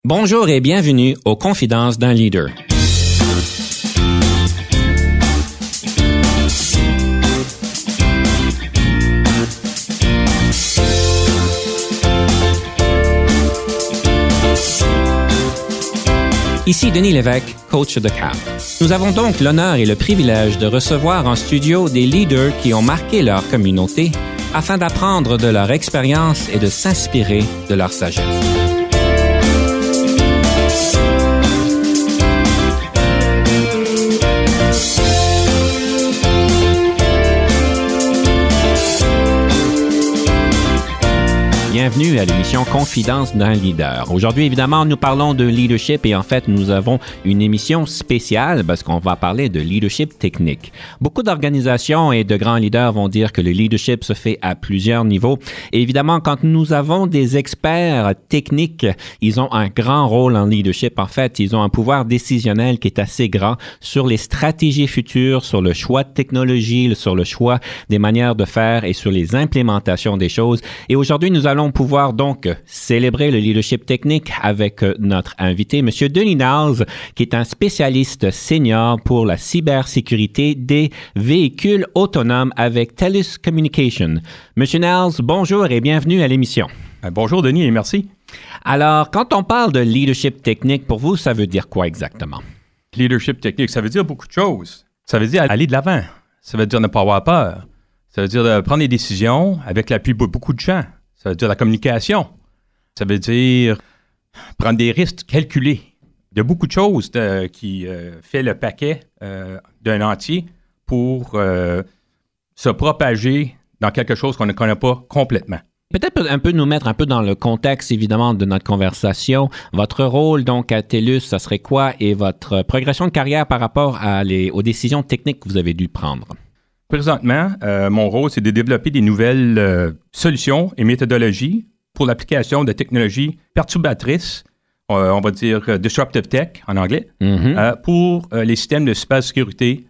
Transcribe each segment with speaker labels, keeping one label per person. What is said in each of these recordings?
Speaker 1: Bonjour et bienvenue aux Confidences d'un leader. Ici Denis Lévesque, coach de CAP. Nous avons donc l'honneur et le privilège de recevoir en studio des leaders qui ont marqué leur communauté afin d'apprendre de leur expérience et de s'inspirer de leur sagesse. Bienvenue à l'émission Confidences d'un leader. Aujourd'hui, évidemment, nous parlons de leadership et en fait, nous avons une émission spéciale parce qu'on va parler de leadership technique. Beaucoup d'organisations et de grands leaders vont dire que le leadership se fait à plusieurs niveaux. Et évidemment, quand nous avons des experts techniques, ils ont un grand rôle en leadership. En fait, ils ont un pouvoir décisionnel qui est assez grand sur les stratégies futures, sur le choix de technologie, sur le choix des manières de faire et sur les implémentations des choses. Et aujourd'hui, nous allons pouvoir donc célébrer le leadership technique avec notre invité, M. Denis Nals, qui est un spécialiste senior pour la cybersécurité des véhicules autonomes avec TELUS Communication. M. Nals, bonjour et bienvenue à l'émission.
Speaker 2: Bonjour Denis et merci.
Speaker 1: Alors, quand on parle de leadership technique, pour vous, ça veut dire quoi exactement?
Speaker 2: Leadership technique, ça veut dire beaucoup de choses. Ça veut dire aller de l'avant. Ça veut dire ne pas avoir peur. Ça veut dire de prendre des décisions avec l'appui de beaucoup de gens. Ça veut dire la communication. Ça veut dire prendre des risques calculés. Il y a beaucoup de choses qui fait le paquet d'un entier pour se propager dans quelque chose qu'on ne connaît pas complètement.
Speaker 1: Peut-être un peu nous mettre un peu dans le contexte, évidemment, de notre conversation. Votre rôle, donc, à TELUS, ça serait quoi? Et votre progression de carrière par rapport aux décisions techniques que vous avez dû prendre?
Speaker 2: Présentement, mon rôle, c'est de développer des nouvelles solutions et méthodologies pour l'application de technologies perturbatrices, on va dire disruptive tech en anglais, pour les systèmes de cybersécurité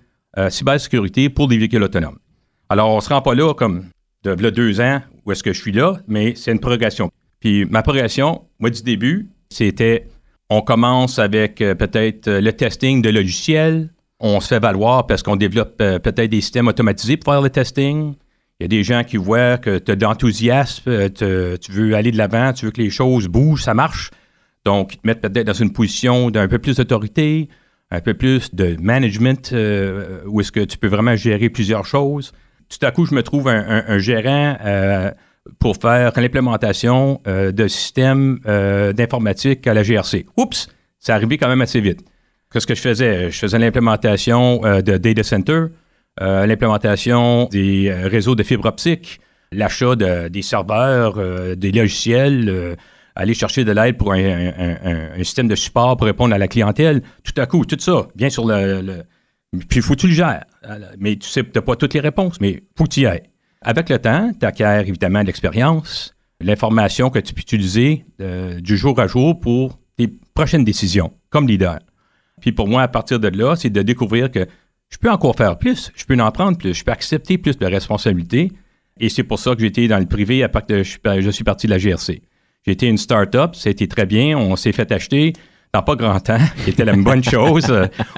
Speaker 2: pour des véhicules autonomes. Alors, on ne se rend pas là comme de 2 ans où est-ce que je suis là, mais c'est une progression. Puis ma progression, moi, du début, c'était, on commence avec peut-être le testing de logiciels. On se fait valoir parce qu'on développe peut-être des systèmes automatisés pour faire le testing. Il y a des gens qui voient que tu as de l'enthousiasme, tu veux aller de l'avant, tu veux que les choses bougent, ça marche. Donc, ils te mettent peut-être dans une position d'un peu plus d'autorité, un peu plus de management, où est-ce que tu peux vraiment gérer plusieurs choses. Tout à coup, je me trouve un gérant pour faire l'implémentation de systèmes d'informatique à la GRC. Oups, c'est arrivé quand même assez vite. Qu'est-ce que je faisais? Je faisais l'implémentation de data center, l'implémentation des réseaux de fibre optique, l'achat des serveurs, des logiciels, aller chercher de l'aide pour un système de support pour répondre à la clientèle. Tout à coup, tout ça, bien sur puis il faut que tu le gères. Mais tu sais, tu n'as pas toutes les réponses, mais il faut que tu y ailles. Avec le temps, tu acquiers évidemment de l'expérience, l'information que tu peux utiliser du jour à jour pour tes prochaines décisions comme leader. Puis pour moi, à partir de là, c'est de découvrir que je peux encore faire plus, je peux en prendre plus, je peux accepter plus de responsabilités. Et c'est pour ça que j'ai été dans le privé après que je suis parti de la GRC. J'ai été une start-up, ça a été très bien, on s'est fait acheter dans pas grand temps, c'était la bonne chose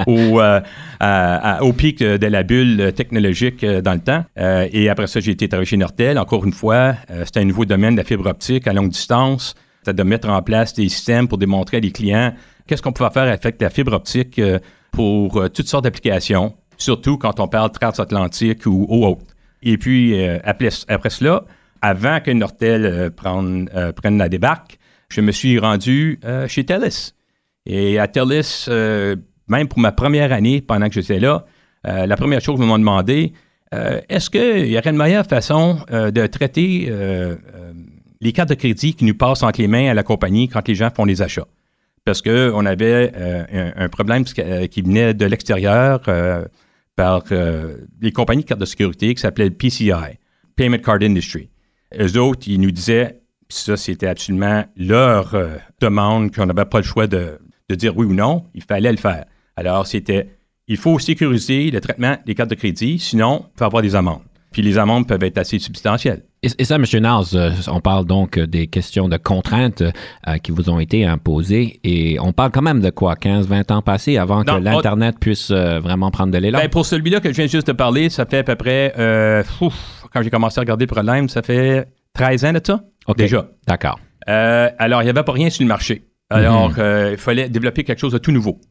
Speaker 2: au pic de la bulle technologique dans le temps. Et après ça, j'ai été travailler chez Nortel. Encore une fois, c'était un nouveau domaine de la fibre optique à longue distance. C'était de mettre en place des systèmes pour démontrer à des clients qu'est-ce qu'on pouvait faire avec la fibre optique pour toutes sortes d'applications, surtout quand on parle transatlantique ou autre. Et puis, après cela, avant que Nortel prenne la débarque, je me suis rendu chez TELUS. Et à TELUS, même pour ma première année, pendant que j'étais là, la première chose qu'ils m'ont demandé, est-ce qu'il y aurait une meilleure façon de traiter les cartes de crédit qui nous passent entre les mains à la compagnie quand les gens font des achats? Parce qu'on avait un problème qui venait de l'extérieur par les compagnies de cartes de sécurité qui s'appelaient le PCI, Payment Card Industry. Eux autres, ils nous disaient, puis ça, c'était absolument leur demande, qu'on n'avait pas le choix de dire oui ou non, il fallait le faire. Alors, il faut sécuriser le traitement des cartes de crédit, sinon, il faut avoir des amendes. Puis les amendes peuvent être assez substantielles.
Speaker 1: Et ça, M. Naz, on parle donc des questions de contraintes qui vous ont été imposées. Et on parle quand même de quoi, 15-20 ans passés avant que l'Internet puisse vraiment prendre de l'élan?
Speaker 2: Ben, pour celui-là que je viens juste de parler, ça fait à peu près, quand j'ai commencé à regarder le problème, ça fait 13 ans de ça, déjà.
Speaker 1: D'accord.
Speaker 2: Alors, il n'y avait pas rien sur le marché. Alors, il fallait développer quelque chose de tout nouveau.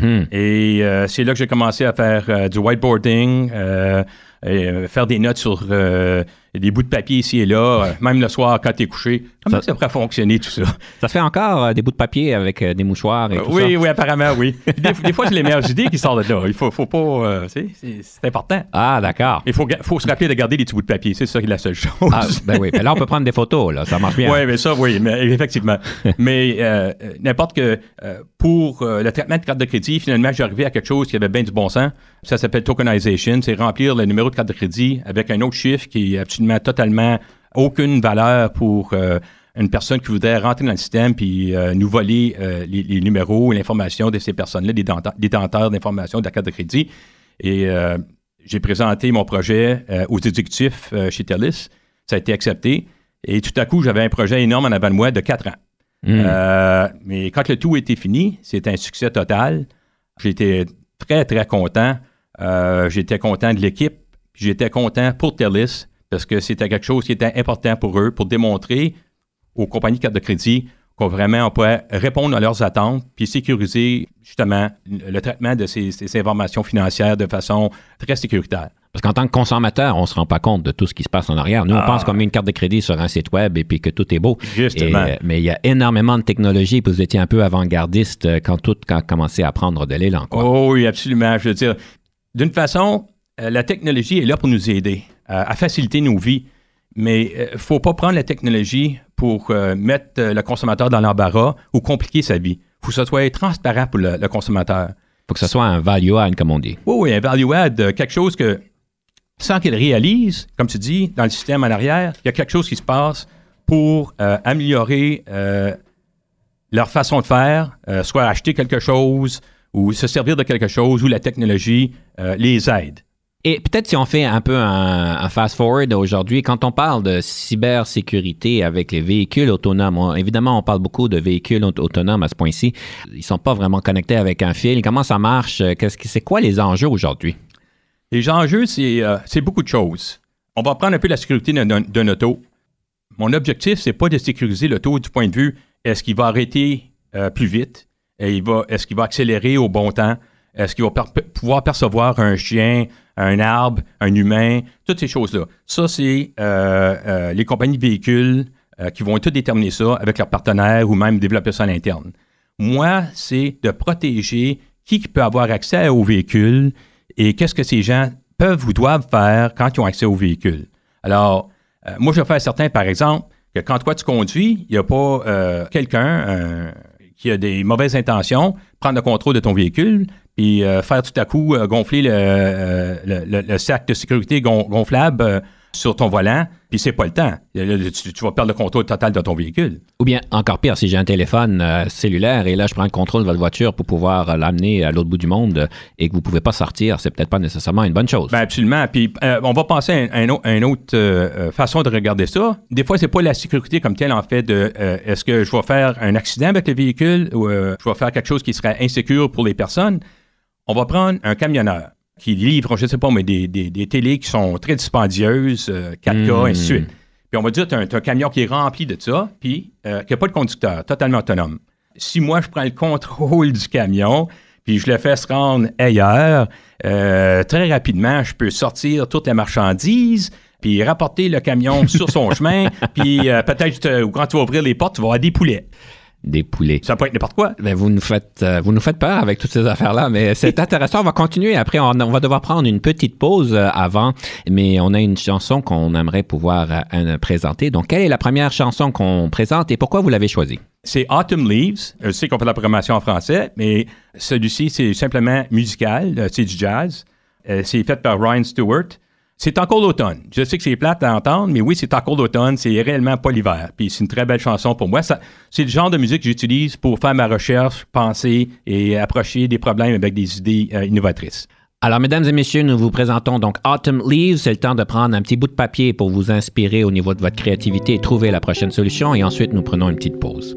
Speaker 2: Et c'est là que j'ai commencé à faire du whiteboarding, faire des notes sur des bouts de papier ici et là, même le soir quand t'es couché. Comment ça pourrait fonctionner tout ça?
Speaker 1: Ça fait encore des bouts de papier avec des mouchoirs et tout ça?
Speaker 2: Oui, apparemment, oui. Des fois, c'est les meilleures idées qui sortent de là. Il faut pas... c'est important.
Speaker 1: Ah, d'accord.
Speaker 2: Il faut se rappeler de garder des petits bouts de papier. C'est ça qui est la seule chose.
Speaker 1: Ah, ben oui. Mais là, on peut prendre des photos. Là. Ça marche bien.
Speaker 2: Oui, mais effectivement. Mais n'importe que... pour le traitement de carte de crédit, finalement, j'ai arrivé à quelque chose qui avait bien du bon sens. Ça s'appelle tokenization. C'est remplir le numéro de carte de crédit avec un autre chiffre qui est absolument totalement aucune valeur pour une personne qui voudrait rentrer dans le système puis nous voler les numéros et l'information de ces personnes-là, des détenteurs d'informations de la carte de crédit. Et j'ai présenté mon projet aux exécutifs chez TELUS. Ça a été accepté. Et tout à coup, j'avais un projet énorme en avant de moi de 4 ans. Mais quand le tout était fini, c'était un succès total. J'étais très, très content. J'étais content de l'équipe. J'étais content pour TELUS parce que c'était quelque chose qui était important pour eux, pour démontrer aux compagnies de carte de crédit qu'on vraiment on pourrait répondre à leurs attentes puis sécuriser justement le traitement de ces informations financières de façon très sécuritaire.
Speaker 1: Parce qu'en tant que consommateur, on ne se rend pas compte de tout ce qui se passe en arrière. Nous, on pense qu'on met une carte de crédit sur un site web et puis que tout est beau.
Speaker 2: Justement.
Speaker 1: Mais il y a énormément de technologies. Puis vous étiez un peu avant-gardiste quand tout a commencé à prendre de l'élan, quoi.
Speaker 2: Oh oui, absolument. Je veux dire, d'une façon, la technologie est là pour nous aider à faciliter nos vies. Mais il ne faut pas prendre la technologie pour mettre le consommateur dans l'embarras ou compliquer sa vie. Il faut que ça soit transparent pour le consommateur.
Speaker 1: Il faut que ce soit un value add, comme on dit.
Speaker 2: Oui, un value add, quelque chose que, sans qu'il réalise, comme tu dis, dans le système en arrière, il y a quelque chose qui se passe pour améliorer leur façon de faire, soit acheter quelque chose ou se servir de quelque chose où la technologie les aide.
Speaker 1: Et peut-être si on fait un peu un fast-forward aujourd'hui, quand on parle de cybersécurité avec les véhicules autonomes, évidemment, on parle beaucoup de véhicules autonomes à ce point-ci. Ils ne sont pas vraiment connectés avec un fil. Comment ça marche? C'est quoi les enjeux aujourd'hui?
Speaker 2: Les enjeux, c'est beaucoup de choses. On va prendre un peu la sécurité d'un auto. Mon objectif, c'est pas de sécuriser l'auto du point de vue est-ce qu'il va arrêter plus vite? Est-ce qu'il va accélérer au bon temps? Est-ce qu'il va pouvoir percevoir un chien, un arbre, un humain? Toutes ces choses-là. Ça, c'est les compagnies de véhicules qui vont tout déterminer ça avec leurs partenaires ou même développer ça à l'interne. Moi, c'est de protéger qui peut avoir accès aux véhicules et qu'est-ce que ces gens peuvent ou doivent faire quand ils ont accès aux véhicules. Alors, moi, je vais faire certain, par exemple, que quand toi, tu conduis, il n'y a pas quelqu'un qui a des mauvaises intentions, prendre le contrôle de ton véhicule, puis faire tout à coup gonfler le sac de sécurité gonflable sur ton volant, puis c'est pas le temps. Tu vas perdre le contrôle total de ton véhicule.
Speaker 1: Ou bien, encore pire, si j'ai un téléphone cellulaire et là, je prends le contrôle de votre voiture pour pouvoir l'amener à l'autre bout du monde et que vous ne pouvez pas sortir, c'est peut-être pas nécessairement une bonne chose.
Speaker 2: Bien, absolument. Puis, on va penser à une autre façon de regarder ça. Des fois, c'est pas la sécurité comme telle, en fait, est-ce que je vais faire un accident avec le véhicule ou je vais faire quelque chose qui serait insécure pour les personnes. On va prendre un camionneur qui livre, je ne sais pas, mais des télés qui sont très dispendieuses, 4K, ainsi de suite. Puis on va dire, tu as un camion qui est rempli de ça, puis qui n'a pas de conducteur, totalement autonome. Si moi, je prends le contrôle du camion, puis je le fais se rendre ailleurs, très rapidement, je peux sortir toutes les marchandises, puis rapporter le camion sur son chemin, puis peut-être, quand tu vas ouvrir les portes, tu vas avoir des poulets.
Speaker 1: Des poulets.
Speaker 2: Ça peut être n'importe quoi.
Speaker 1: Ben, vous nous faites peur avec toutes ces affaires-là, mais c'est intéressant. On va continuer. Après, on va devoir prendre une petite pause avant, mais on a une chanson qu'on aimerait pouvoir présenter. Donc, quelle est la première chanson qu'on présente et pourquoi vous l'avez choisie?
Speaker 2: C'est Autumn Leaves. Je sais qu'on fait la programmation en français, mais celui-ci, c'est simplement musical. C'est du jazz. C'est fait par Ryan Stewart. C'est encore l'automne. Je sais que c'est plate à entendre, mais oui, c'est encore l'automne. C'est réellement pas l'hiver. Puis c'est une très belle chanson pour moi. C'est le genre de musique que j'utilise pour faire ma recherche, penser et approcher des problèmes avec des idées innovatrices.
Speaker 1: Alors, mesdames et messieurs, nous vous présentons donc Autumn Leaves. C'est le temps de prendre un petit bout de papier pour vous inspirer au niveau de votre créativité et trouver la prochaine solution. Et ensuite, nous prenons une petite pause.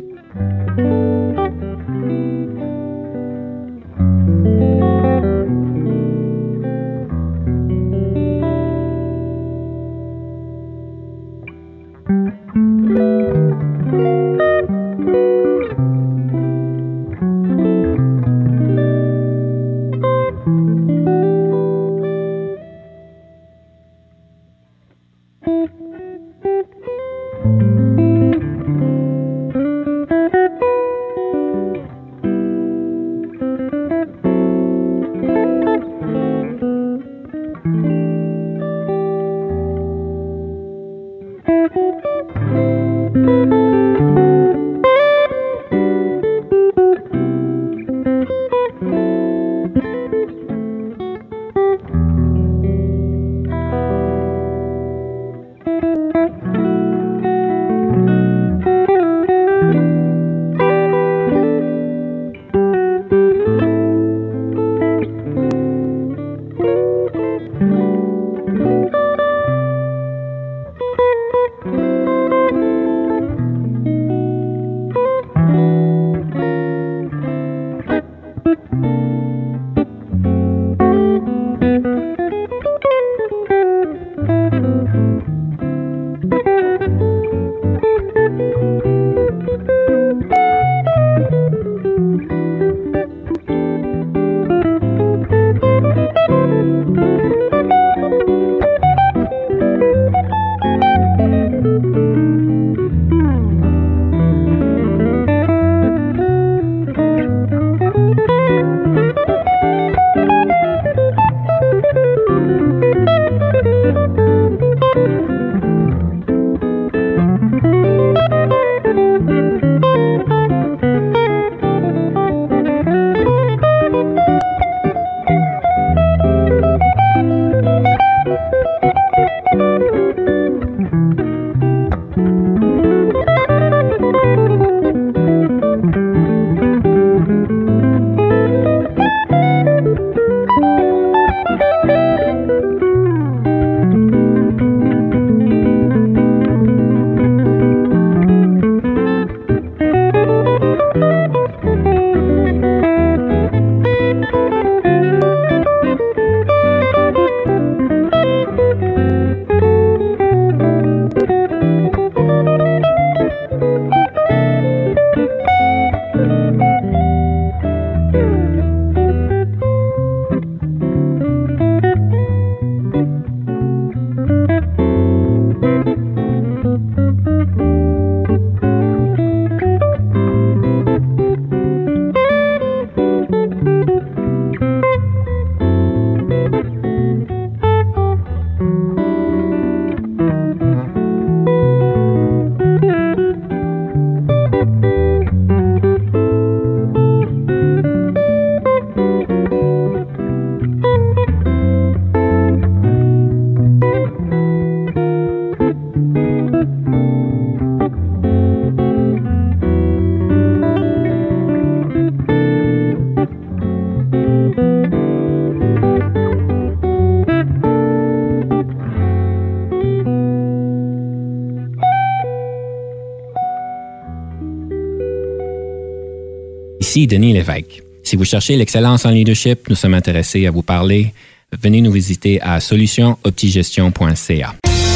Speaker 1: Ici Denis Lévesque. Si vous cherchez l'excellence en leadership, nous sommes intéressés à vous parler. Venez nous visiter à solutionoptigestion.ca.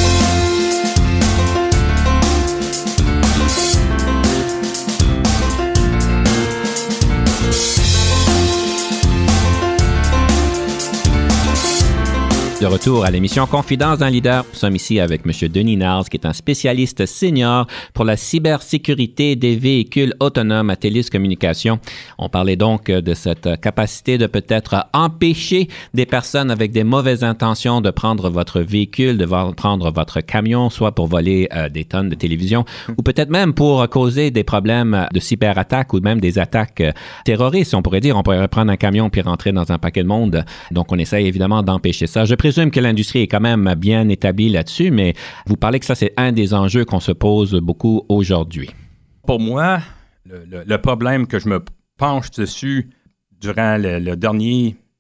Speaker 1: De retour à l'émission Confidence d'un leader. Nous sommes ici avec M. Denis Nars, qui est un spécialiste senior pour la cybersécurité des véhicules autonomes à TELUS Communications. On parlait donc de cette capacité de peut-être empêcher des personnes avec des mauvaises intentions de prendre votre véhicule, de prendre votre camion, soit pour voler des tonnes de télévision, ou peut-être même pour causer des problèmes de cyberattaques ou même des attaques terroristes. On pourrait dire, on pourrait prendre un camion puis rentrer dans un paquet de monde. Donc, on essaie évidemment d'empêcher ça. Je présume que l'industrie est quand même bien établie là-dessus, mais vous parlez que ça, c'est un des enjeux qu'on se pose beaucoup aujourd'hui.
Speaker 2: Pour moi, le problème que je me penche dessus durant le dernier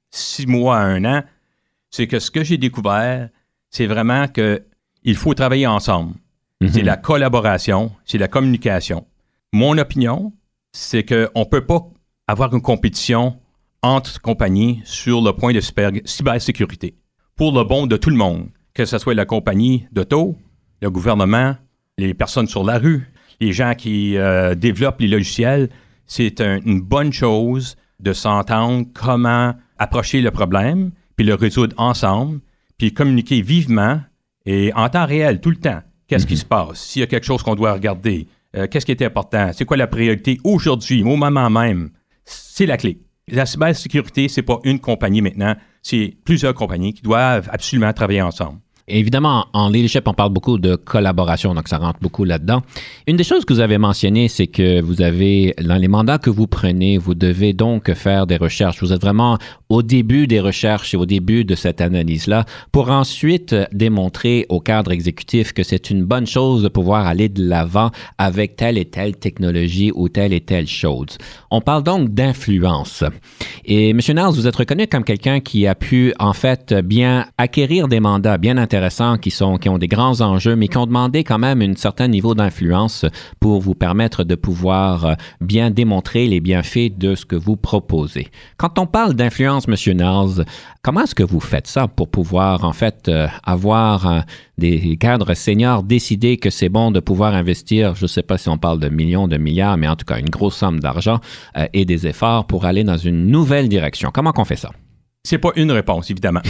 Speaker 2: 6 mois à 1 an, c'est que ce que j'ai découvert, c'est vraiment qu'il faut travailler ensemble. Mm-hmm. C'est la collaboration, c'est la communication. Mon opinion, c'est qu'on ne peut pas avoir une compétition entre compagnies sur le point de cybersécurité. Pour le bon de tout le monde, que ce soit la compagnie d'auto, le gouvernement, les personnes sur la rue, les gens qui développent les logiciels, c'est une bonne chose de s'entendre comment approcher le problème, puis le résoudre ensemble, puis communiquer vivement et en temps réel, tout le temps. Qu'est-ce qui se passe? S'il y a quelque chose qu'on doit regarder, qu'est-ce qui est important? C'est quoi la priorité aujourd'hui, au moment même? C'est la clé. La cybersécurité, c'est pas une compagnie maintenant, c'est plusieurs compagnies qui doivent absolument travailler ensemble.
Speaker 1: Évidemment, en leadership, on parle beaucoup de collaboration, donc ça rentre beaucoup là-dedans. Une des choses que vous avez mentionnées, c'est que vous avez, dans les mandats que vous prenez, vous devez donc faire des recherches. Vous êtes vraiment au début des recherches et au début de cette analyse-là pour ensuite démontrer au cadre exécutif que c'est une bonne chose de pouvoir aller de l'avant avec telle et telle technologie ou telle et telle chose. On parle donc d'influence. Et M. Niles, vous êtes reconnu comme quelqu'un qui a pu, en fait, bien acquérir des mandats bien intéressants qui ont des grands enjeux, mais qui ont demandé quand même un certain niveau d'influence pour vous permettre de pouvoir bien démontrer les bienfaits de ce que vous proposez. Quand on parle d'influence, M. Niles, comment est-ce que vous faites ça pour pouvoir, en fait, avoir des cadres seniors décider que c'est bon de pouvoir investir, je ne sais pas si on parle de millions, de milliards, mais en tout cas une grosse somme d'argent et des efforts pour aller dans une nouvelle direction? Comment qu'on fait ça?
Speaker 2: C'est pas une réponse, évidemment.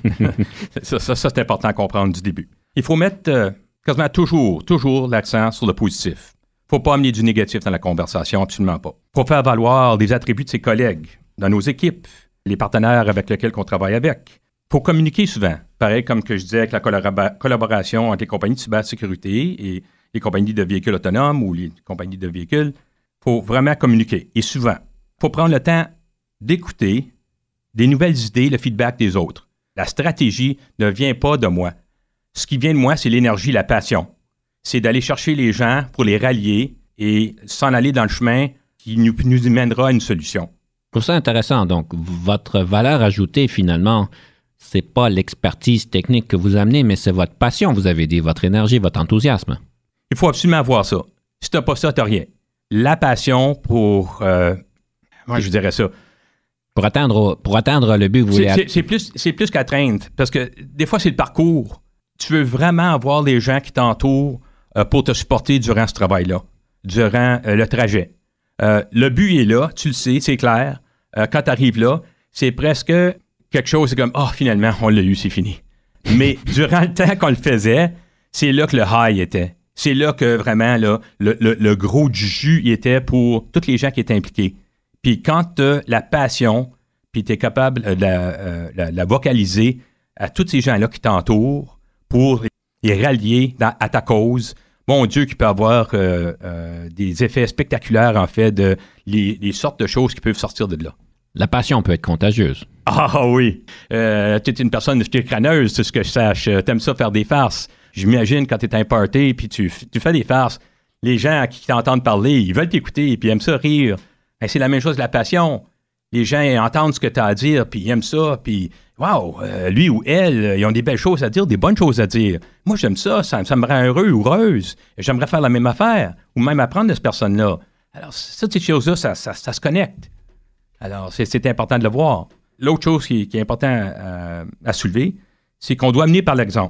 Speaker 2: ça, c'est important à comprendre du début. Il faut mettre quasiment toujours l'accent sur le positif. Il ne faut pas amener du négatif dans la conversation, absolument pas. Il faut faire valoir les attributs de ses collègues dans nos équipes, les partenaires avec lesquels on travaille avec. Il faut communiquer souvent. Pareil comme que je disais avec la collaboration entre les compagnies de cybersécurité et les compagnies de véhicules autonomes ou les compagnies de véhicules. Il faut vraiment communiquer. Et souvent, il faut prendre le temps d'écouter des nouvelles idées, le feedback des autres. La stratégie ne vient pas de moi. Ce qui vient de moi, c'est l'énergie, la passion. C'est d'aller chercher les gens pour les rallier et s'en aller dans le chemin qui nous mènera à une solution.
Speaker 1: Je trouve ça intéressant. Donc, votre valeur ajoutée, finalement, c'est pas l'expertise technique que vous amenez, mais c'est votre passion, vous avez dit, votre énergie, votre enthousiasme.
Speaker 2: Il faut absolument avoir ça. Si tu n'as pas ça, tu n'as rien. La passion pour... moi, je dirais ça.
Speaker 1: Pour atteindre le but que vous voulez...
Speaker 2: C'est plus qu'atteindre, parce que des fois, c'est le parcours. Tu veux vraiment avoir les gens qui t'entourent pour te supporter durant ce travail-là, durant le trajet. Le but est là, tu le sais, c'est clair. Quand tu arrives là, c'est presque quelque chose, c'est comme « Ah, finalement, on l'a eu, c'est fini. » Mais durant le temps qu'on le faisait, c'est là que le high était. C'est là que vraiment là, le gros du jus était pour tous les gens qui étaient impliqués. Puis quand tu as la passion, puis tu es capable de la vocaliser à tous ces gens-là qui t'entourent pour les rallier à ta cause, mon Dieu, qui peut avoir des effets spectaculaires, en fait, de les sortes de choses qui peuvent sortir de là.
Speaker 1: La passion peut être contagieuse.
Speaker 2: Ah oui! Tu es une personne crâneuse, c'est ce que je sache. T'aimes ça faire des farces. J'imagine quand tu es à un party, puis tu fais des farces, les gens qui t'entendent parler, ils veulent t'écouter, puis ils aiment ça rire. Ben, c'est la même chose que la passion. Les gens entendent ce que tu as à dire, puis ils aiment ça, puis wow, lui ou elle, ils ont des belles choses à dire, des bonnes choses à dire. Moi, j'aime ça, ça me rend heureux ou heureuse. J'aimerais faire la même affaire, ou même apprendre de cette personne-là. Alors, ces choses-là, ça se connecte. Alors, c'est important de le voir. L'autre chose qui est important à soulever, c'est qu'on doit amener par l'exemple.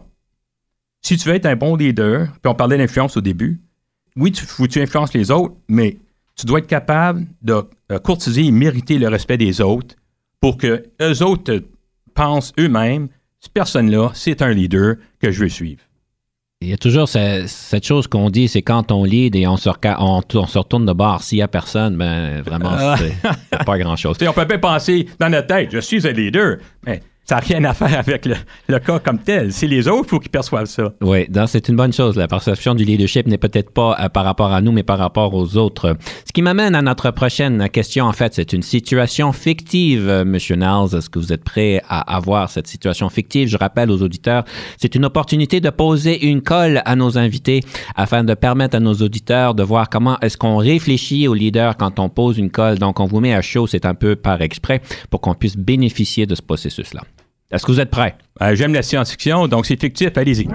Speaker 2: Si tu veux être un bon leader, puis on parlait d'influence au début, oui, tu influences les autres, mais tu dois être capable de courtiser et mériter le respect des autres pour que eux autres pensent eux-mêmes, cette personne-là, c'est un leader que je veux suivre.
Speaker 1: Il y a toujours cette chose qu'on dit, c'est quand on lead et on se retourne de bord. S'il n'y a personne, ben vraiment, c'est pas grand-chose.
Speaker 2: On peut pas penser dans notre tête, je suis un leader, mais Ça n'a rien à faire avec le cas comme tel. C'est les autres, il faut qu'ils perçoivent ça.
Speaker 1: Oui, c'est une bonne chose. La perception du leadership n'est peut-être pas par rapport à nous, mais par rapport aux autres. Ce qui m'amène à notre prochaine question, en fait, c'est une situation fictive, M. Niles. Est-ce que vous êtes prêt à avoir cette situation fictive? Je rappelle aux auditeurs, c'est une opportunité de poser une colle à nos invités afin de permettre à nos auditeurs de voir comment est-ce qu'on réfléchit au leader quand on pose une colle. Donc, on vous met à chaud, c'est un peu par exprès, pour qu'on puisse bénéficier de ce processus-là. Est-ce que vous êtes prêts?
Speaker 2: J'aime la science-fiction, donc c'est fictif, allez-y.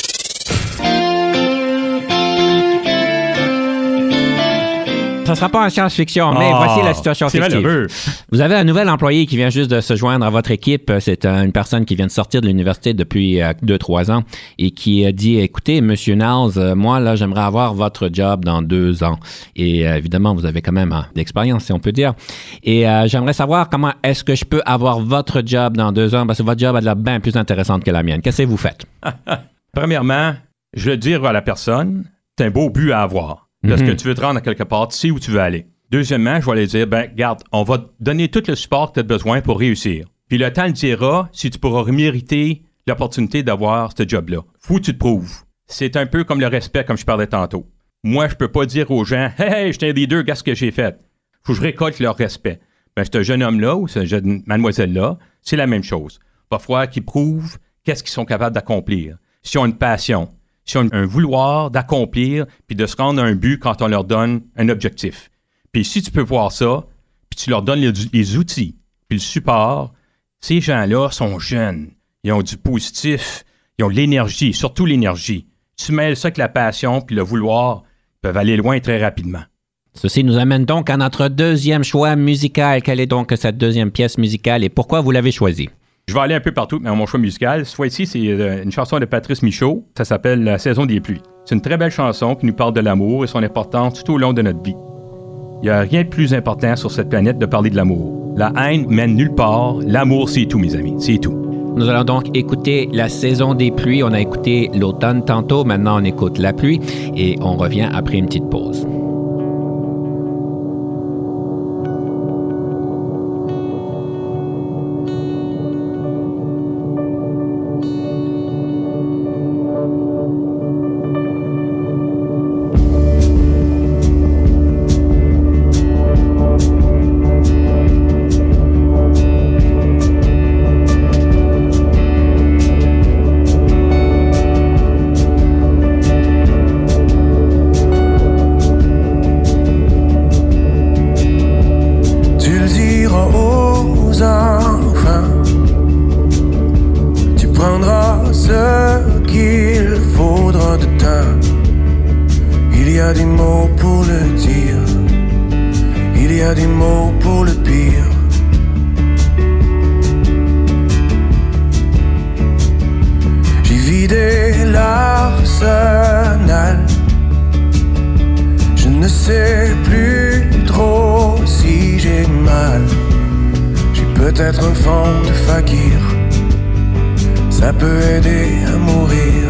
Speaker 1: Ça ne sera pas en science-fiction, mais voici la situation fictive.
Speaker 2: Malheureux.
Speaker 1: Vous avez un nouvel employé qui vient juste de se joindre à votre équipe. C'est une personne qui vient de sortir de l'université depuis 2-3 ans et qui dit, écoutez, Monsieur Niles, moi, là, j'aimerais avoir votre job dans 2 ans. Et évidemment, vous avez quand même d'expérience, si on peut dire. Et j'aimerais savoir comment est-ce que je peux avoir votre job dans 2 ans, parce que votre job a de l'air bien plus intéressante que la mienne. Qu'est-ce que vous faites?
Speaker 2: Premièrement, je vais dire à la personne, c'est un beau but à avoir. Lorsque tu veux te rendre à quelque part, tu sais où tu veux aller. Deuxièmement, je vais aller dire, regarde, on va te donner tout le support que tu as besoin pour réussir. Puis le temps le dira si tu pourras mériter l'opportunité d'avoir ce job-là. Faut que tu te prouves. C'est un peu comme le respect, comme je parlais tantôt. Moi, je peux pas dire aux gens, hey, je suis un leader, regarde ce que j'ai fait. Faut que je récolte leur respect. Ce jeune homme-là ou cette jeune mademoiselle-là, c'est la même chose. Il va falloir qu'ils prouvent qu'est-ce qu'ils sont capables d'accomplir. S'ils ont une passion, s'ils ont un vouloir d'accomplir puis de se rendre à un but quand on leur donne un objectif. Puis si tu peux voir ça, puis tu leur donnes les outils, puis le support, ces gens-là sont jeunes. Ils ont du positif, ils ont de l'énergie, surtout l'énergie. Tu mêles ça avec la passion puis le vouloir, ils peuvent aller loin très rapidement.
Speaker 1: Ceci nous amène donc à notre deuxième choix musical. Quelle est donc cette deuxième pièce musicale et pourquoi vous l'avez choisie?
Speaker 2: Je vais aller un peu partout dans mon choix musical. Cette fois-ci, c'est une chanson de Patrice Michaud. Ça s'appelle « La saison des pluies ». C'est une très belle chanson qui nous parle de l'amour et son importance tout au long de notre vie. Il n'y a rien de plus important sur cette planète de parler de l'amour. La haine mène nulle part. L'amour, c'est tout, mes amis. C'est tout.
Speaker 1: Nous allons donc écouter La saison des pluies. On a écouté l'automne tantôt. Maintenant, on écoute la pluie et on revient après une petite pause.
Speaker 3: Peut-être un fond de fakir, ça peut aider à mourir.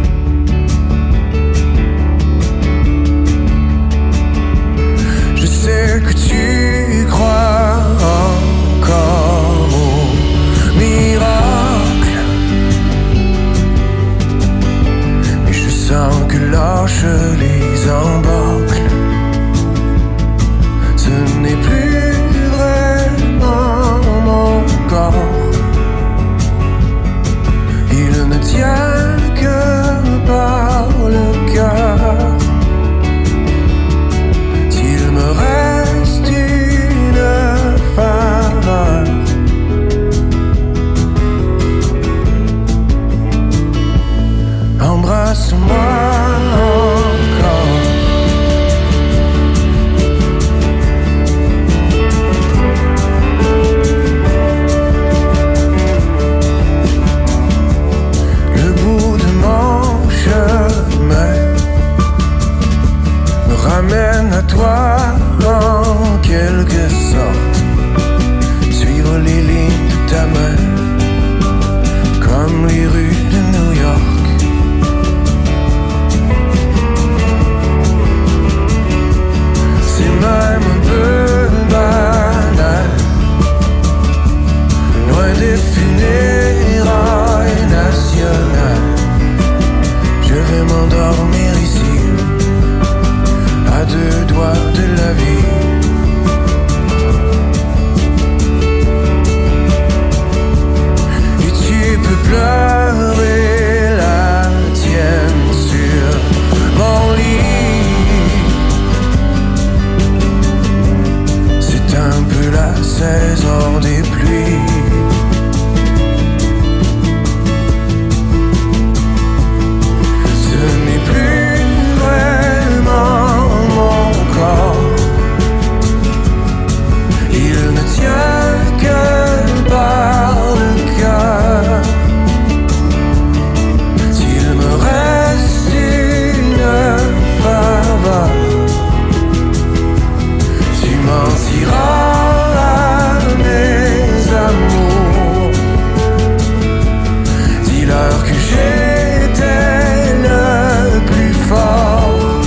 Speaker 3: Je sais que tu crois encore au miracle, mais je sens que lâche les embâcles. Ce n'est plus vraiment mon corps, il ne tient que saison des pluies. Ce n'est plus vraiment mon corps. Il ne tient que par le cœur. S'il me reste une faveur, tu mentiras à mes amours. Dis-leur que j'étais le plus fort,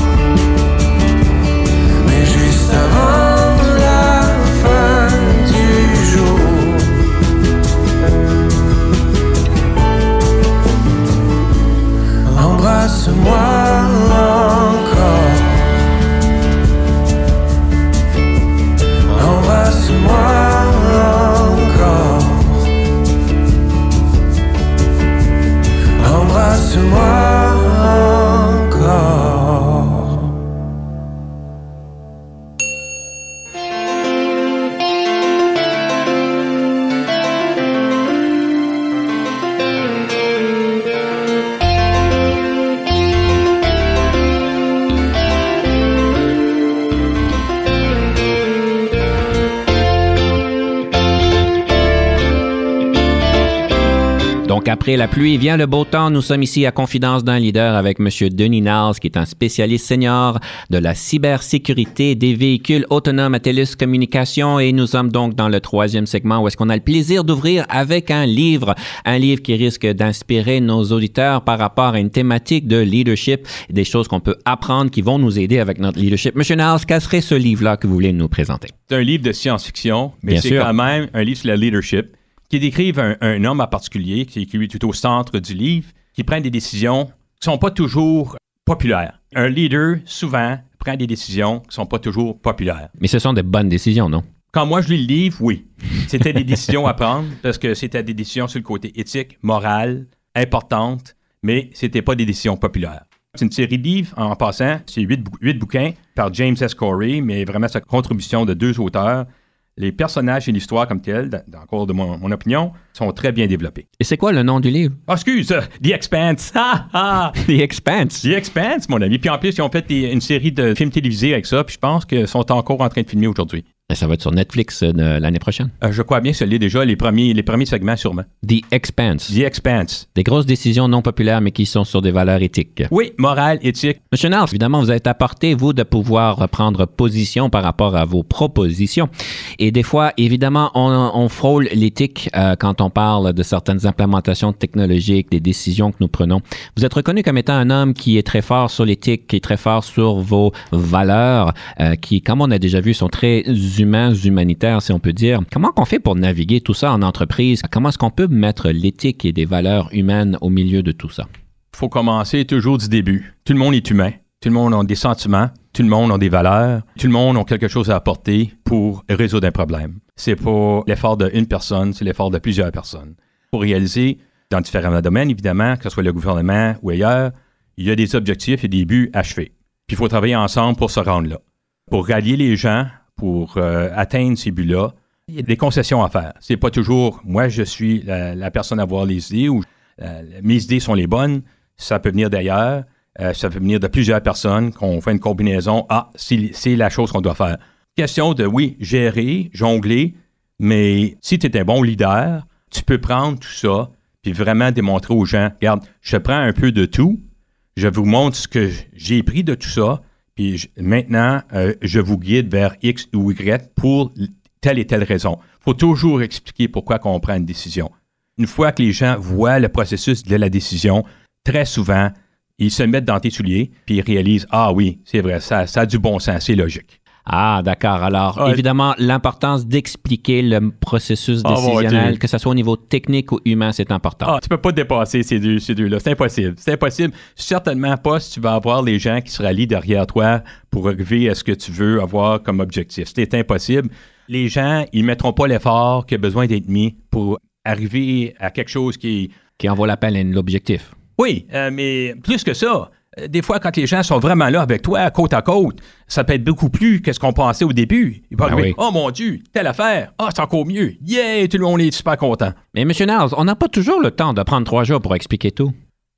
Speaker 3: mais juste avant la fin du jour. Embrasse-moi encore. Embrasse-moi encore. Embrasse-moi encore.
Speaker 1: Donc, après la pluie vient le beau temps. Nous sommes ici à Confidence d'un leader avec M. Denis Nals, qui est un spécialiste senior de la cybersécurité des véhicules autonomes à TELUS Communications. Et nous sommes donc dans le 3e segment où est-ce qu'on a le plaisir d'ouvrir avec un livre qui risque d'inspirer nos auditeurs par rapport à une thématique de leadership, des choses qu'on peut apprendre qui vont nous aider avec notre leadership. M. Nals, quel serait ce livre-là que vous voulez nous présenter?
Speaker 2: C'est un livre de science-fiction, mais
Speaker 1: Bien
Speaker 2: c'est
Speaker 1: sûr.
Speaker 2: quand même un livre sur le leadership qui décrive un homme en particulier, qui est tout au centre du livre, qui prend des décisions qui ne sont pas toujours populaires. Un leader, souvent, prend des décisions qui ne sont pas toujours populaires.
Speaker 1: Mais ce sont des bonnes décisions, non?
Speaker 2: Quand moi, je lis le livre, oui. C'était des décisions à prendre, parce que c'était des décisions sur le côté éthique, moral, importantes, mais c'était pas des décisions populaires. C'est une série de livres, en passant, c'est 8 bouquins par James S. Corey, mais vraiment sa contribution de 2 auteurs. Les personnages et l'histoire comme telle, dans le cours de mon opinion, sont très bien développés.
Speaker 1: Et c'est quoi le nom du livre?
Speaker 2: Oh, excuse, The Expanse.
Speaker 1: The Expanse.
Speaker 2: The Expanse, mon ami. Puis en plus, ils ont fait une série de films télévisés avec ça, puis je pense qu'ils sont encore en train de filmer aujourd'hui.
Speaker 1: Ça va être sur Netflix l'année prochaine.
Speaker 2: Je crois bien que ça l'est déjà, les premiers segments sûrement.
Speaker 1: The Expanse.
Speaker 2: The Expanse.
Speaker 1: Des grosses décisions non populaires, mais qui sont sur des valeurs éthiques.
Speaker 2: Oui, morale, éthique.
Speaker 1: Monsieur Nals, évidemment, vous êtes à portée, vous, de pouvoir prendre position par rapport à vos propositions. Et des fois, évidemment, on frôle l'éthique quand on parle de certaines implémentations technologiques, des décisions que nous prenons. Vous êtes reconnu comme étant un homme qui est très fort sur l'éthique, qui est très fort sur vos valeurs, qui, comme on a déjà vu, sont très humanitaires, si on peut dire. Comment on fait pour naviguer tout ça en entreprise? Comment est-ce qu'on peut mettre l'éthique et des valeurs humaines au milieu de tout ça?
Speaker 2: Il faut commencer toujours du début. Tout le monde est humain. Tout le monde a des sentiments. Tout le monde a des valeurs. Tout le monde a quelque chose à apporter pour résoudre un problème. C'est pas l'effort d'une personne, c'est l'effort de plusieurs personnes. Pour réaliser, dans différents domaines, évidemment, que ce soit le gouvernement ou ailleurs, il y a des objectifs et des buts achevés. Puis il faut travailler ensemble pour se rendre là. Pour rallier les gens, pour atteindre ces buts-là, il y a des concessions à faire. C'est pas toujours « moi, je suis la personne à avoir les idées » ou « mes idées sont les bonnes ». Ça peut venir d'ailleurs. Ça peut venir de plusieurs personnes, qu'on fait une combinaison. Ah, c'est la chose qu'on doit faire. Question de, oui, gérer, jongler, mais si tu es un bon leader, tu peux prendre tout ça puis vraiment démontrer aux gens, regarde, je prends un peu de tout, je vous montre ce que j'ai pris de tout ça, puis maintenant, je vous guide vers X ou Y pour telle et telle raison. Il faut toujours expliquer pourquoi on prend une décision. Une fois que les gens voient le processus de la décision, très souvent, ils se mettent dans tes souliers, puis ils réalisent, ah oui, c'est vrai, ça a du bon sens, c'est logique.
Speaker 1: Ah, d'accord. Alors, évidemment, l'importance d'expliquer le processus décisionnel, que ce soit au niveau technique ou humain, c'est important.
Speaker 2: Ah, tu peux pas dépasser ces deux-là. C'est impossible. C'est impossible. Certainement pas si tu vas avoir les gens qui se rallient derrière toi pour arriver à ce que tu veux avoir comme objectif. C'est impossible. Les gens, ils mettront pas l'effort qui a besoin d'être mis pour arriver à quelque chose qui
Speaker 1: en vaut la peine, l'objectif.
Speaker 2: Oui, mais plus que ça, Des fois, quand les gens sont vraiment là avec toi, côte à côte, ça peut être beaucoup plus que ce qu'on pensait au début. Ils vont dire, oh mon Dieu, telle affaire, c'est encore mieux. Yeah, tout le monde est super content.
Speaker 1: Mais M. Niles, on n'a pas toujours le temps de prendre 3 jours pour expliquer tout.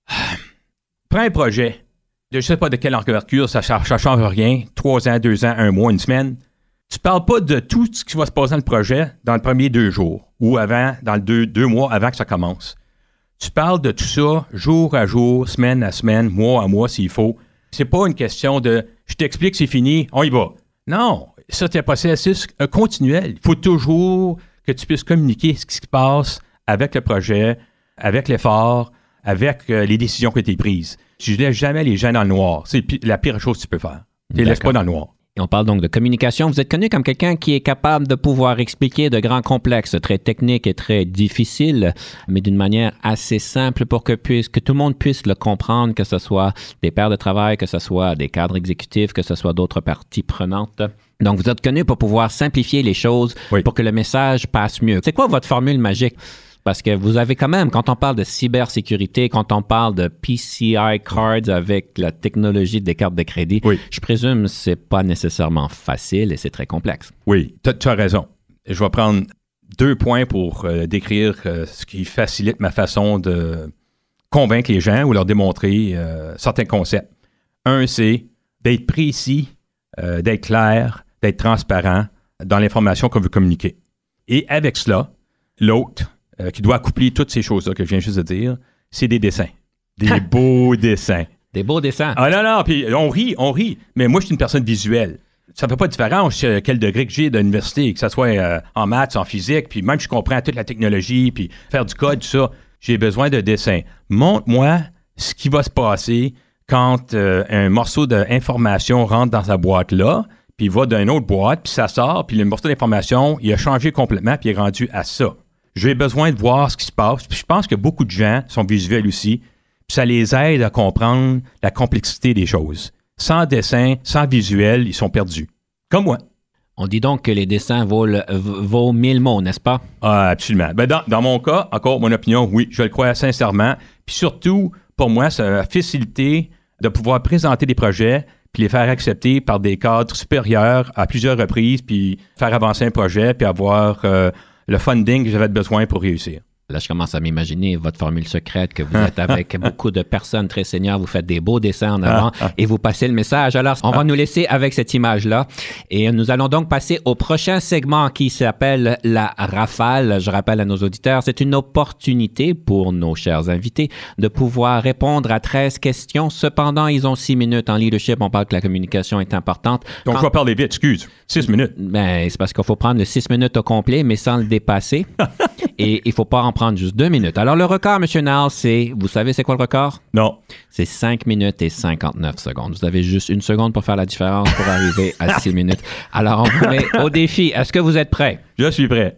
Speaker 2: Prends un projet. Je ne sais pas de quelle envergure, ça ne change rien. 3 ans, 2 ans, 1 mois, 1 semaine. Tu ne parles pas de tout ce qui va se passer dans le projet dans le premier 2 jours ou avant, dans le 2 mois avant que ça commence. Tu parles de tout ça jour à jour, semaine à semaine, mois à mois s'il faut. C'est pas une question de « je t'explique, c'est fini, on y va ». Non, ça c'est un processus continuel. Il faut toujours que tu puisses communiquer ce qui se passe avec le projet, avec l'effort, avec les décisions qui ont été prises. Je ne laisse jamais les gens dans le noir. C'est la pire chose que tu peux faire. Tu ne les laisses pas dans le noir.
Speaker 1: Et on parle donc de communication. Vous êtes connu comme quelqu'un qui est capable de pouvoir expliquer de grands complexes, très techniques et très difficiles, mais d'une manière assez simple pour que tout le monde puisse le comprendre, que ce soit des pairs de travail, que ce soit des cadres exécutifs, que ce soit d'autres parties prenantes. Donc, vous êtes connu pour pouvoir simplifier les choses pour que le message passe mieux. C'est quoi votre formule magique? Parce que vous avez quand même, quand on parle de cybersécurité, quand on parle de PCI cards avec la technologie des cartes de crédit, je présume que ce n'est pas nécessairement facile et c'est très complexe.
Speaker 2: Oui, tu as raison. Je vais prendre 2 points pour décrire ce qui facilite ma façon de convaincre les gens ou leur démontrer certains concepts. Un, c'est d'être précis, d'être clair, d'être transparent dans l'information qu'on veut communiquer. Et avec cela, l'autre, qui doit accoupler toutes ces choses-là que je viens juste de dire, c'est des dessins. Des beaux dessins.
Speaker 1: Des beaux dessins.
Speaker 2: Ah non, puis on rit. Mais moi, je suis une personne visuelle. Ça ne fait pas de différence quel degré que j'ai de l'université, que ce soit en maths, en physique, puis même je comprends toute la technologie, puis faire du code, tout ça. J'ai besoin de dessins. Montre-moi ce qui va se passer quand un morceau d'information rentre dans sa boîte-là, puis il va d'une autre boîte, puis ça sort, puis le morceau d'information, il a changé complètement, puis il est rendu à ça. J'ai besoin de voir ce qui se passe. Puis je pense que beaucoup de gens sont visuels aussi. Puis ça les aide à comprendre la complexité des choses. Sans dessin, sans visuel, ils sont perdus. Comme moi.
Speaker 1: On dit donc que les dessins vaut 1000 mots, n'est-ce pas?
Speaker 2: Ah, absolument. Ben dans mon cas, encore mon opinion, oui, je le crois sincèrement. Puis surtout, pour moi, c'est la facilité de pouvoir présenter des projets puis les faire accepter par des cadres supérieurs à plusieurs reprises, puis faire avancer un projet, puis avoir le funding que j'avais besoin pour réussir.
Speaker 1: Là, je commence à m'imaginer votre formule secrète, que vous êtes avec beaucoup de personnes très seniors, vous faites des beaux dessins en avant et vous passez le message. Alors, on va nous laisser avec cette image-là et nous allons donc passer au prochain segment qui s'appelle la rafale. Je rappelle à nos auditeurs, c'est une opportunité pour nos chers invités de pouvoir répondre à 13 questions. Cependant, ils ont 6 minutes en leadership. On parle que la communication est importante.
Speaker 2: Donc, je vais parler vite, excuse. 6 minutes.
Speaker 1: Ben, c'est parce qu'il faut prendre le 6 minutes au complet, mais sans le dépasser. Et il ne faut pas en prendre juste 2 minutes. Alors, le record, M. Niles, c'est... Vous savez c'est quoi le record?
Speaker 2: Non.
Speaker 1: C'est 5 minutes et 59 secondes. Vous avez juste 1 seconde pour faire la différence pour arriver à 6 minutes. Alors, on vous met au défi. Est-ce que vous êtes prêts?
Speaker 2: Je suis prêt.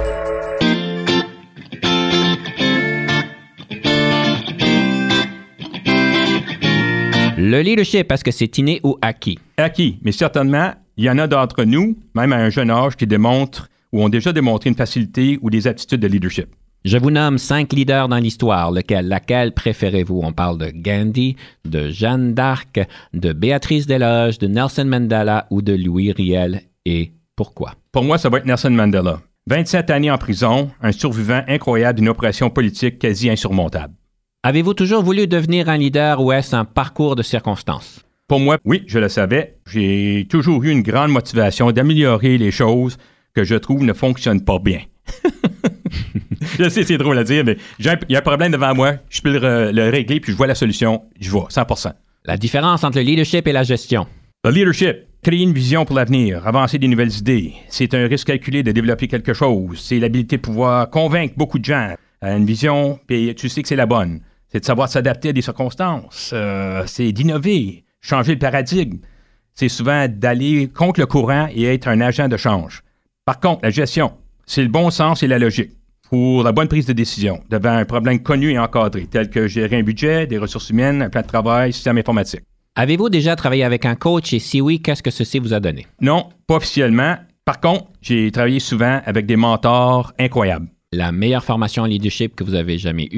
Speaker 1: Le leadership, est-ce que c'est inné ou acquis?
Speaker 2: Acquis. Mais certainement, il y en a d'entre nous, même à un jeune âge, qui démontrent ou ont déjà démontré une facilité ou des aptitudes de leadership.
Speaker 1: Je vous nomme 5 leaders dans l'histoire. Laquelle préférez-vous? On parle de Gandhi, de Jeanne d'Arc, de Béatrice Desloges, de Nelson Mandela ou de Louis Riel. Et pourquoi?
Speaker 2: Pour moi, ça va être Nelson Mandela. 27 années en prison, un survivant incroyable d'une oppression politique quasi insurmontable.
Speaker 1: Avez-vous toujours voulu devenir un leader ou est-ce un parcours de circonstances?
Speaker 2: Pour moi, oui, je le savais. J'ai toujours eu une grande motivation d'améliorer les choses que je trouve ne fonctionnent pas bien. Je sais, c'est drôle à dire, mais il y a un problème devant moi, je peux le régler, puis je vois la solution, je vois, 100%.
Speaker 1: La différence entre le leadership et la gestion.
Speaker 2: Le leadership, créer une vision pour l'avenir, avancer des nouvelles idées. C'est un risque calculé de développer quelque chose. C'est l'habilité de pouvoir convaincre beaucoup de gens à une vision, puis tu sais que c'est la bonne. C'est de savoir s'adapter à des circonstances. C'est d'innover, changer le paradigme. C'est souvent d'aller contre le courant et être un agent de change. Par contre, la gestion, c'est le bon sens et la logique pour la bonne prise de décision devant un problème connu et encadré, tel que gérer un budget, des ressources humaines, un plan de travail, système informatique.
Speaker 1: Avez-vous déjà travaillé avec un coach et si oui, qu'est-ce que ceci vous a donné?
Speaker 2: Non, pas officiellement. Par contre, j'ai travaillé souvent avec des mentors incroyables.
Speaker 1: La meilleure formation en leadership que vous avez jamais eue?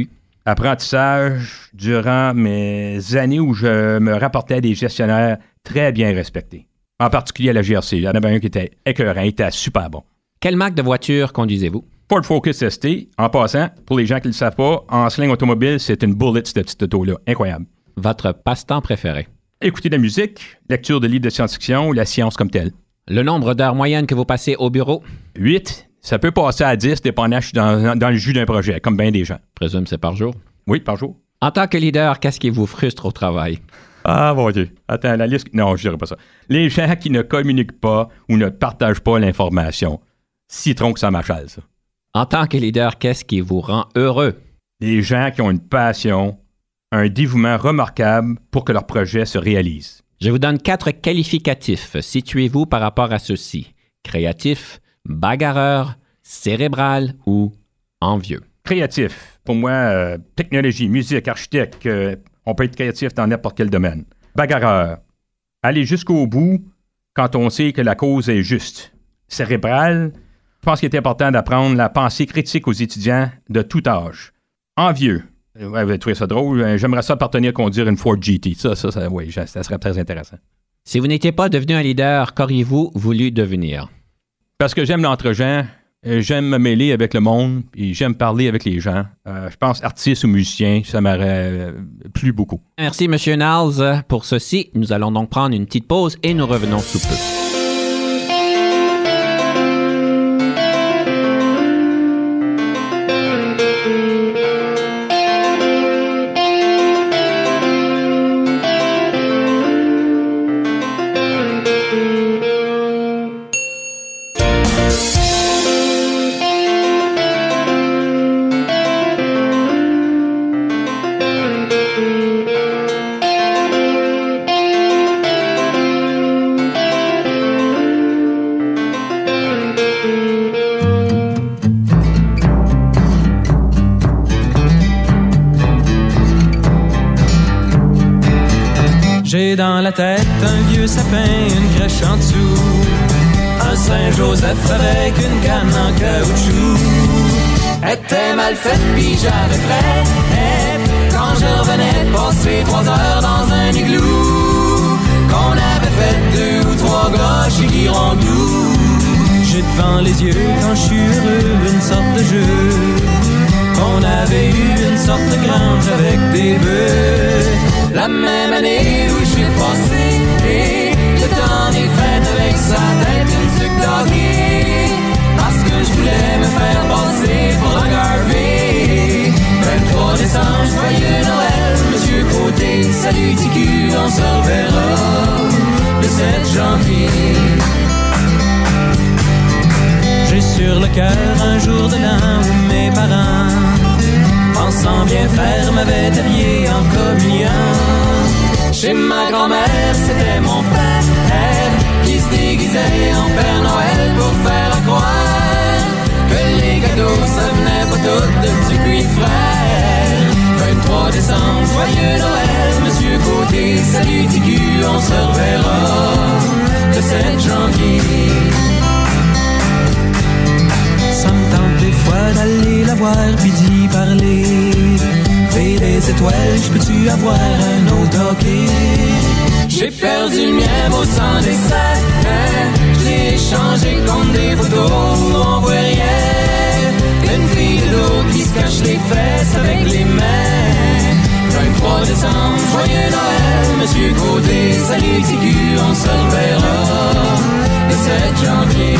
Speaker 2: apprentissage durant mes années où je me rapportais à des gestionnaires très bien respectés. En particulier à la GRC. Il y en avait un qui était écœurant, il était super bon.
Speaker 1: Quelle marque de voiture conduisez-vous?
Speaker 2: Ford Focus ST. En passant, pour les gens qui ne le savent pas, en sling automobile, c'est une bullet, cette petite auto-là. Incroyable.
Speaker 1: Votre passe-temps préféré?
Speaker 2: Écouter de la musique, lecture de livres de science-fiction ou la science comme telle.
Speaker 1: Le nombre d'heures moyennes que vous passez au bureau?
Speaker 2: 8. Ça peut passer à 10, dépendant, je suis dans le jus d'un projet, comme bien des gens.
Speaker 1: Je présume c'est par jour?
Speaker 2: Oui, par jour.
Speaker 1: En tant que leader, qu'est-ce qui vous frustre au travail?
Speaker 2: Ah, bon Dieu. Attends, la liste... Non, je dirais pas ça. Les gens qui ne communiquent pas ou ne partagent pas l'information. Citron que ça m'achale, ça.
Speaker 1: En tant que leader, qu'est-ce qui vous rend heureux?
Speaker 2: Les gens qui ont une passion, un dévouement remarquable pour que leur projet se réalise.
Speaker 1: Je vous donne 4 qualificatifs. Situez-vous par rapport à ceux-ci. Créatif, bagarreur, cérébral ou envieux.
Speaker 2: Créatif. Pour moi, technologie, musique, architecte, on peut être créatif dans n'importe quel domaine. Bagarreur. Aller jusqu'au bout quand on sait que la cause est juste. Cérébral. Je pense qu'il est important d'apprendre la pensée critique aux étudiants de tout âge. Envieux. Vous avez trouvé ça drôle. J'aimerais ça partenir conduire une Ford GT. Ça serait très intéressant.
Speaker 1: Si vous n'étiez pas devenu un leader, qu'auriez-vous voulu devenir?
Speaker 2: Parce que j'aime l'entre-gens, j'aime me mêler avec le monde, et j'aime parler avec les gens. Je pense artiste ou musicien, ça m'aurait plu beaucoup.
Speaker 1: Merci, M. Niles, pour ceci. Nous allons donc prendre une petite pause et nous revenons sous peu.
Speaker 4: J'ai dans la tête un vieux sapin, une crèche en dessous, un Saint-Joseph avec une canne en caoutchouc. Était mal faite pis j'avais fait quand je revenais de passer 3 heures dans un igloo, qu'on avait fait 2 ou 3 gars chez Girondou. J'ai devant les yeux quand je suis heureux une sorte de jeu, qu'on avait eu une sorte de grange avec des bœufs. La même année où je suis passé, le temps des fêtes avec sa tête une sucre d'hockey, parce que je voulais me faire passer pour un Garvey. 23 décembre, joyeux Noël, Monsieur Côté, salut TQ, on se reverra le 7 janvier. J'ai sur le cœur un jour de l'an où mes parents, pensant bien faire, m'avait habillé en communion. Chez ma grand-mère, c'était mon père qui se déguisait en Père Noël pour faire croire que les cadeaux, ça venait pas tout de Dupuis frère. 23 décembre, joyeux Noël, Monsieur Côté, salut TQ, on se reverra le 7 janvier. Ça me tente des fois d'aller la voir puis d'y parler. Fais des étoiles, j'peux-tu avoir un autre hockey? J'ai perdu le mien au sang des sacs, j'l'ai échangé contre des photos où on voit rien. Une fille de dos qui se cache les fesses avec les mains. 23 décembre, joyeux Noël, Monsieur Côté, salut TQ, on se reverra le 7 janvier.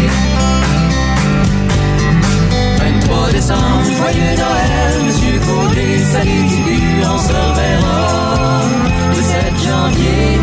Speaker 4: 23 décembre, joyeux Noël, Monsieur Côté, salut TQ, on se reverra le 7 janvier.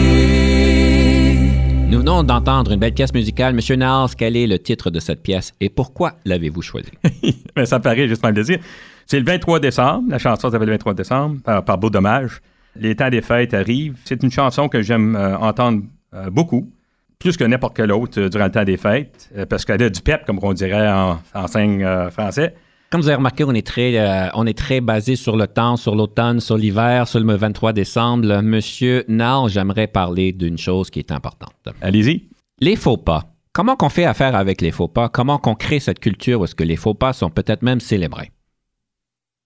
Speaker 1: Nous venons d'entendre une belle pièce musicale. Monsieur Niles, quel est le titre de cette pièce et pourquoi l'avez-vous choisi?
Speaker 2: Ben, ça me paraît justement le dire. C'est le 23 décembre. La chanson s'appelle le 23 décembre, par Beau Dommage. Les temps des fêtes arrivent. C'est une chanson que j'aime entendre beaucoup, plus que n'importe quelle autre durant le temps des fêtes, parce qu'elle a du pep, comme on dirait en slang français.
Speaker 1: Comme vous avez remarqué, on est très basé sur le temps, sur l'automne, sur l'hiver, sur le 23 décembre. Monsieur Niles, j'aimerais parler d'une chose qui est importante.
Speaker 2: Allez-y.
Speaker 1: Les faux pas. Comment qu'on fait affaire avec les faux pas? Comment qu'on crée cette culture où est-ce que les faux pas sont peut-être même célébrés?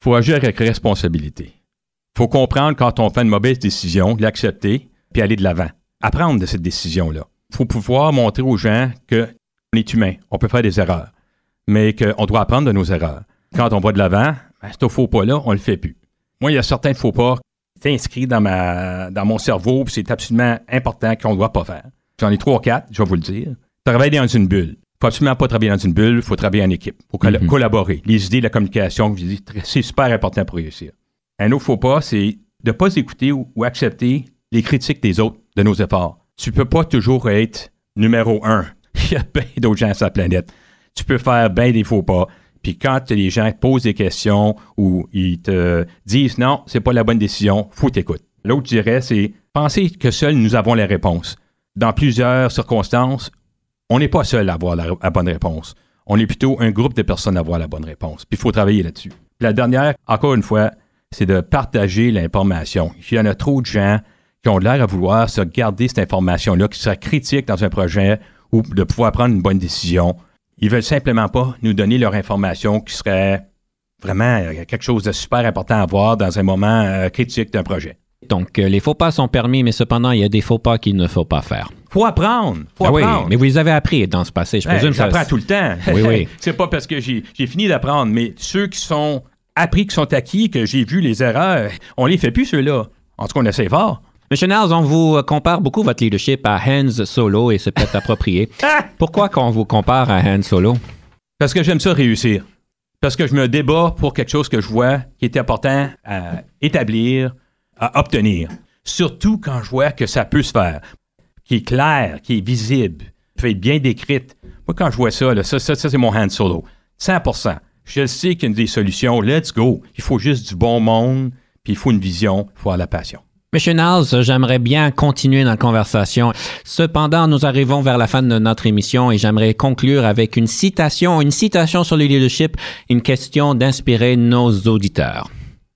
Speaker 2: faut agir avec responsabilité. Il faut comprendre quand on fait une mauvaise décision, l'accepter, puis aller de l'avant. Apprendre de cette décision-là. Il faut pouvoir montrer aux gens qu'on est humain, on peut faire des erreurs, mais qu'on doit apprendre de nos erreurs. Quand on va de l'avant, ce faux pas-là, on le fait plus. Moi, il y a certains faux pas qui sont inscrits dans mon cerveau, puis c'est absolument important qu'on ne doit pas faire. J'en ai 3 ou 4, je vais vous le dire. Travailler dans une bulle. Il ne faut absolument pas travailler dans une bulle, il faut travailler en équipe. Il faut collaborer. Les idées, la communication, je vous dis, c'est super important pour réussir. Un autre faux pas, c'est de ne pas écouter ou accepter les critiques des autres de nos efforts. Tu ne peux pas toujours être numéro 1. Il y a bien d'autres gens sur la planète. Tu peux faire bien des faux pas. Puis quand les gens posent des questions ou ils te disent non, c'est pas la bonne décision, faut t'écouter. L'autre, je dirais, c'est penser que seuls nous avons les réponses. Dans plusieurs circonstances, on n'est pas seul à avoir la bonne réponse. On est plutôt un groupe de personnes à avoir la bonne réponse. Puis il faut travailler là-dessus. Puis la dernière, encore une fois, c'est de partager l'information. Il y en a trop de gens qui ont l'air à vouloir se garder cette information-là, qui sera critique dans un projet ou de pouvoir prendre une bonne décision. Ils veulent simplement pas nous donner leur information qui serait vraiment quelque chose de super important à voir dans un moment critique d'un projet.
Speaker 1: Donc, les faux pas sont permis, mais cependant, il y a des faux pas qu'il ne faut pas faire.
Speaker 2: Faut apprendre.
Speaker 1: Oui, mais vous les avez appris dans ce passé, je présume.
Speaker 2: J'apprends tout le temps.
Speaker 1: Oui.
Speaker 2: C'est pas parce que j'ai fini d'apprendre, mais ceux qui sont appris, qui sont acquis, que j'ai vu les erreurs, on les fait plus, ceux-là. En tout cas, on essaie fort.
Speaker 1: M. Niles, on vous compare beaucoup votre leadership à Hans Solo et c'est peut-être approprié. Pourquoi qu'on vous compare à Han Solo?
Speaker 2: Parce que j'aime ça réussir. Parce que je me débat pour quelque chose que je vois qui est important à établir, à obtenir. Surtout quand je vois que ça peut se faire, qui est clair, qui est visible, qui est bien décrite. Moi, quand je vois ça, là, ça c'est mon Han Solo. 100%. Je sais qu'il y a des solutions. Let's go. Il faut juste du bon monde, puis il faut une vision, il faut avoir la passion.
Speaker 1: Monsieur Niles, j'aimerais bien continuer dans la conversation. Cependant, nous arrivons vers la fin de notre émission et j'aimerais conclure avec une citation sur le leadership, une question d'inspirer nos auditeurs.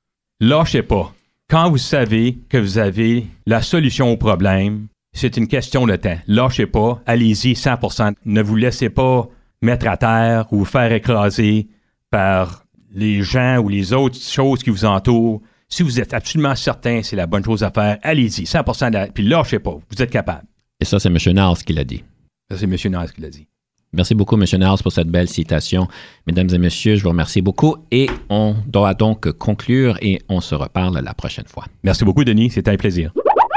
Speaker 2: Lâchez pas. Quand vous savez que vous avez la solution au problème, c'est une question de temps. Lâchez pas. Allez-y 100%. Ne vous laissez pas mettre à terre ou vous faire écraser par les gens ou les autres choses qui vous entourent. Si vous êtes absolument certain que c'est la bonne chose à faire, allez-y, 100%, puis lâchez pas, vous êtes capable.
Speaker 1: Et ça, c'est M. Niles qui l'a dit.
Speaker 2: Ça, c'est M. Niles qui l'a dit.
Speaker 1: Merci beaucoup, M. Niles, pour cette belle citation. Mesdames et messieurs, je vous remercie beaucoup et on doit donc conclure et on se reparle la prochaine fois.
Speaker 2: Merci beaucoup, Denis, c'était un plaisir.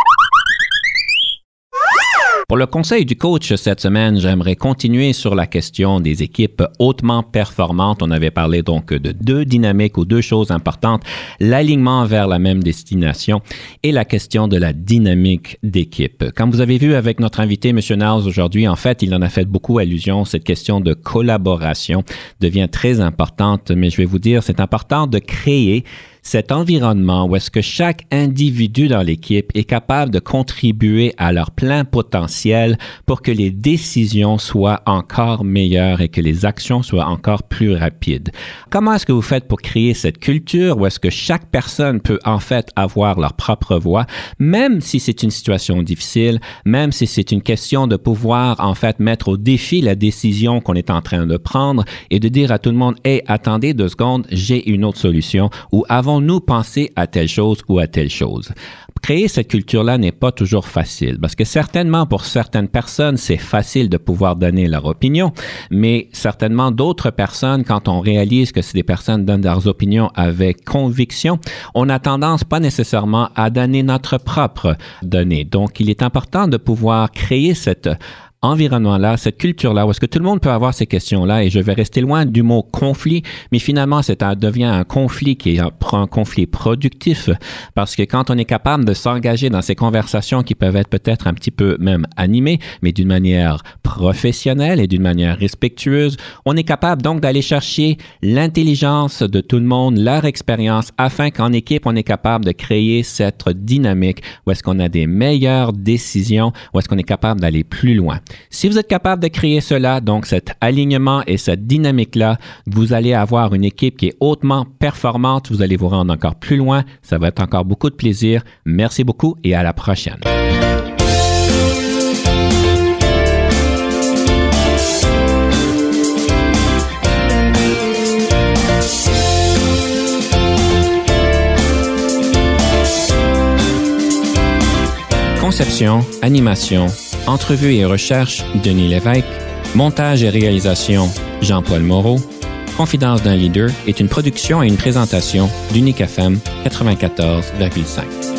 Speaker 1: Pour le conseil du coach cette semaine, j'aimerais continuer sur la question des équipes hautement performantes. On avait parlé donc de 2 dynamiques ou 2 choses importantes, l'alignement vers la même destination et la question de la dynamique d'équipe. Comme vous avez vu avec notre invité, M. Niles, aujourd'hui, en fait, il en a fait beaucoup allusion. Cette question de collaboration devient très importante, mais je vais vous dire, c'est important de créer cet environnement où est-ce que chaque individu dans l'équipe est capable de contribuer à leur plein potentiel pour que les décisions soient encore meilleures et que les actions soient encore plus rapides. Comment est-ce que vous faites pour créer cette culture où est-ce que chaque personne peut en fait avoir leur propre voix, même si c'est une situation difficile, même si c'est une question de pouvoir en fait mettre au défi la décision qu'on est en train de prendre et de dire à tout le monde « Hey, attendez 2 secondes, j'ai une autre solution » ou « Avons-nous pensé à telle chose ou à telle chose ». Créer cette culture-là n'est pas toujours facile parce que certainement pour certaines personnes, c'est facile de pouvoir donner leur opinion, mais certainement d'autres personnes, quand on réalise que des personnes donnent leurs opinions avec conviction, on a tendance pas nécessairement à donner notre propre donnée. Donc, il est important de pouvoir créer cet environnement-là, cette culture-là, où est-ce que tout le monde peut avoir ces questions-là, et je vais rester loin du mot conflit, mais finalement, devient un conflit qui est un conflit productif, parce que quand on est capable de s'engager dans ces conversations qui peuvent être peut-être un petit peu même animées, mais d'une manière professionnelle et d'une manière respectueuse, on est capable donc d'aller chercher l'intelligence de tout le monde, leur expérience, afin qu'en équipe, on est capable de créer cette dynamique où est-ce qu'on a des meilleures décisions, où est-ce qu'on est capable d'aller plus loin. Si vous êtes capable de créer cela, donc cet alignement et cette dynamique-là, vous allez avoir une équipe qui est hautement performante. Vous allez vous rendre encore plus loin. Ça va être encore beaucoup de plaisir. Merci beaucoup et à la prochaine. Conception, animation, entrevue et recherche, Denis Lévesque. Montage et réalisation, Jean-Paul Moreau. Confidence d'un leader est une production et une présentation d'Unique FM 94,5.